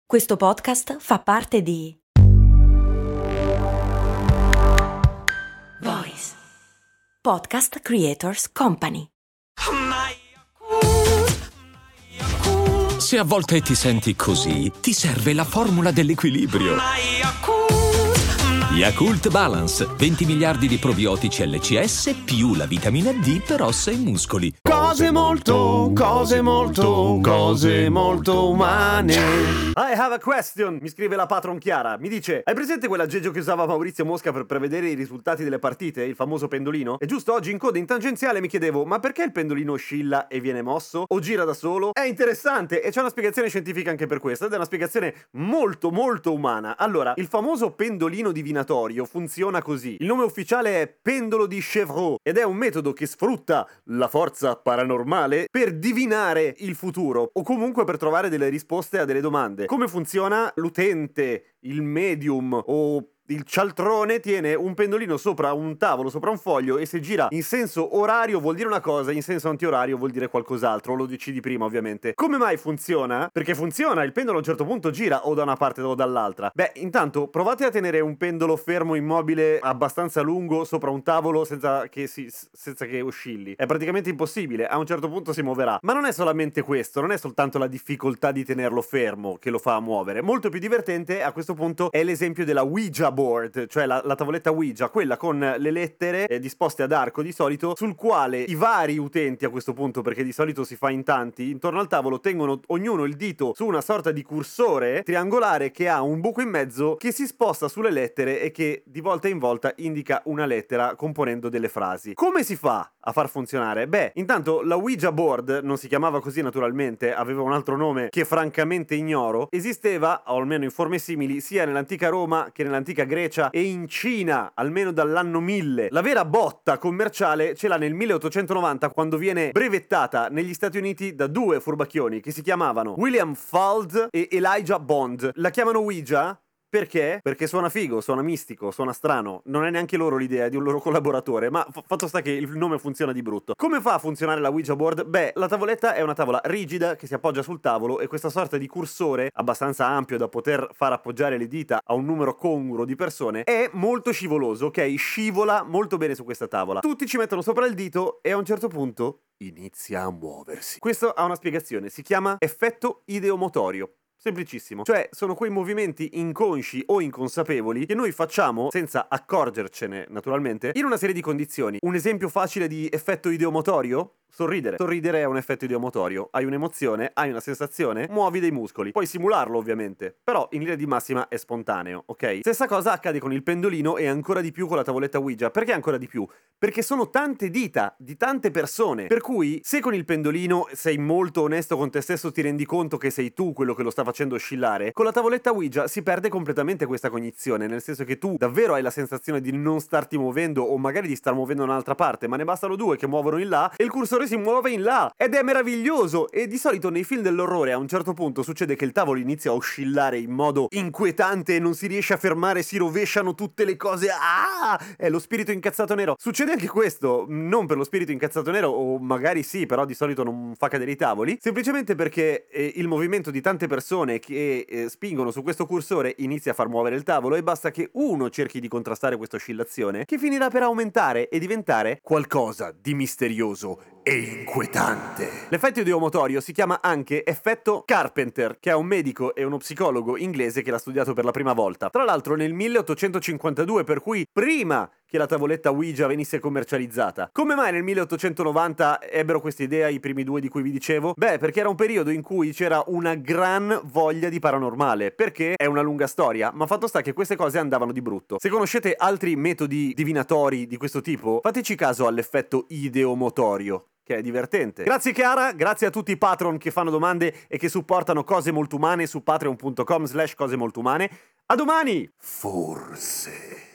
Questo podcast fa parte di Voice Podcast Creators Company. Se a volte ti senti così, ti serve la formula dell'equilibrio. Yakult Balance, 20 miliardi di probiotici LCS più la vitamina D per ossa e muscoli. Cose molto umane. I have a question, mi scrive la patron Chiara. Mi dice: hai presente quell'aggeggio che usava Maurizio Mosca per prevedere i risultati delle partite? Il famoso pendolino? E giusto oggi in coda in tangenziale mi chiedevo: ma perché il pendolino oscilla e viene mosso? O gira da solo? È interessante e c'è una spiegazione scientifica anche per questo, ed è una spiegazione molto umana. Allora, il famoso pendolino divinatorio funziona così. Il nome ufficiale è pendolo di Chevreul ed è un metodo che sfrutta la forza paranormale per divinare il futuro o comunque per trovare delle risposte a delle domande. Come funziona? L'utente, il medium o il cialtrone tiene un pendolino sopra un tavolo, sopra un foglio, e se gira in senso orario vuol dire una cosa, in senso antiorario vuol dire qualcos'altro, lo decidi prima ovviamente. Come mai funziona? Perché funziona, il pendolo a un certo punto gira o da una parte o dall'altra. Beh, intanto provate a tenere un pendolo fermo immobile abbastanza lungo sopra un tavolo senza che oscilli. È praticamente impossibile, a un certo punto si muoverà. Ma non è solamente questo, non è soltanto la difficoltà di tenerlo fermo che lo fa muovere. Molto più divertente a questo punto è l'esempio della Ouija board, cioè la tavoletta Ouija, quella con le lettere disposte ad arco di solito, sul quale i vari utenti a questo punto, perché di solito si fa in tanti, intorno al tavolo tengono ognuno il dito su una sorta di cursore triangolare che ha un buco in mezzo che si sposta sulle lettere e che di volta in volta indica una lettera componendo delle frasi. Come si fa a far funzionare? Beh, intanto la Ouija board non si chiamava così naturalmente, aveva un altro nome che francamente ignoro. Esisteva, o almeno in forme simili, sia nell'antica Roma che nell'antica Grecia e in Cina, almeno dall'anno 1000. La vera botta commerciale ce l'ha nel 1890, quando viene brevettata negli Stati Uniti da due furbacchioni che si chiamavano William Fuld e Elijah Bond. La chiamano Ouija perché? Perché suona figo, suona mistico, suona strano. Non è neanche loro l'idea di un loro collaboratore, ma fatto sta che il nome funziona di brutto. Come fa a funzionare la Ouija board? Beh, la tavoletta è una tavola rigida che si appoggia sul tavolo e questa sorta di cursore, abbastanza ampio da poter far appoggiare le dita a un numero congruo di persone, è molto scivoloso, ok? Scivola molto bene su questa tavola. Tutti ci mettono sopra il dito e a un certo punto inizia a muoversi. Questo ha una spiegazione, si chiama effetto ideomotorio. Semplicissimo, cioè sono quei movimenti inconsci o inconsapevoli che noi facciamo senza accorgercene naturalmente in una serie di condizioni. Un esempio facile di effetto ideomotorio? Sorridere. Sorridere è un effetto ideomotorio. Hai un'emozione, hai una sensazione, muovi dei muscoli. Puoi simularlo ovviamente, però in linea di massima è spontaneo, ok? Stessa cosa accade con il pendolino e ancora di più con la tavoletta Ouija. Perché ancora di più? Perché sono tante dita di tante persone, per cui se con il pendolino sei molto onesto con te stesso, ti rendi conto che sei tu quello che lo sta facendo oscillare, con la tavoletta Ouija si perde completamente questa cognizione, nel senso che tu davvero hai la sensazione di non starti muovendo o magari di star muovendo da un'altra parte, ma ne bastano due che muovono in là e il cursore si muove in là ed è meraviglioso. E di solito nei film dell'orrore a un certo punto succede che il tavolo inizia a oscillare in modo inquietante e non si riesce a fermare, si rovesciano tutte le cose. È lo spirito incazzato nero. Succede anche questo, non per lo spirito incazzato nero, o magari sì, però di solito non fa cadere i tavoli, semplicemente perché il movimento di tante persone che spingono su questo cursore inizia a far muovere il tavolo e basta che uno cerchi di contrastare questa oscillazione che finirà per aumentare e diventare qualcosa di misterioso e inquietante. L'effetto ideomotorio si chiama anche effetto Carpenter, che è un medico e uno psicologo inglese che l'ha studiato per la prima volta. Tra l'altro nel 1852, per cui prima che la tavoletta Ouija venisse commercializzata. Come mai nel 1890 ebbero questa idea i primi due di cui vi dicevo? Beh, perché era un periodo in cui c'era una gran voglia di paranormale. Perché? È una lunga storia, ma fatto sta che queste cose andavano di brutto. Se conoscete altri metodi divinatori di questo tipo, fateci caso all'effetto ideomotorio, che è divertente. Grazie Chiara, grazie a tutti i patron che fanno domande e che supportano Cose Molto Umane su patreon.com/cosemoltoumane. A domani! Forse...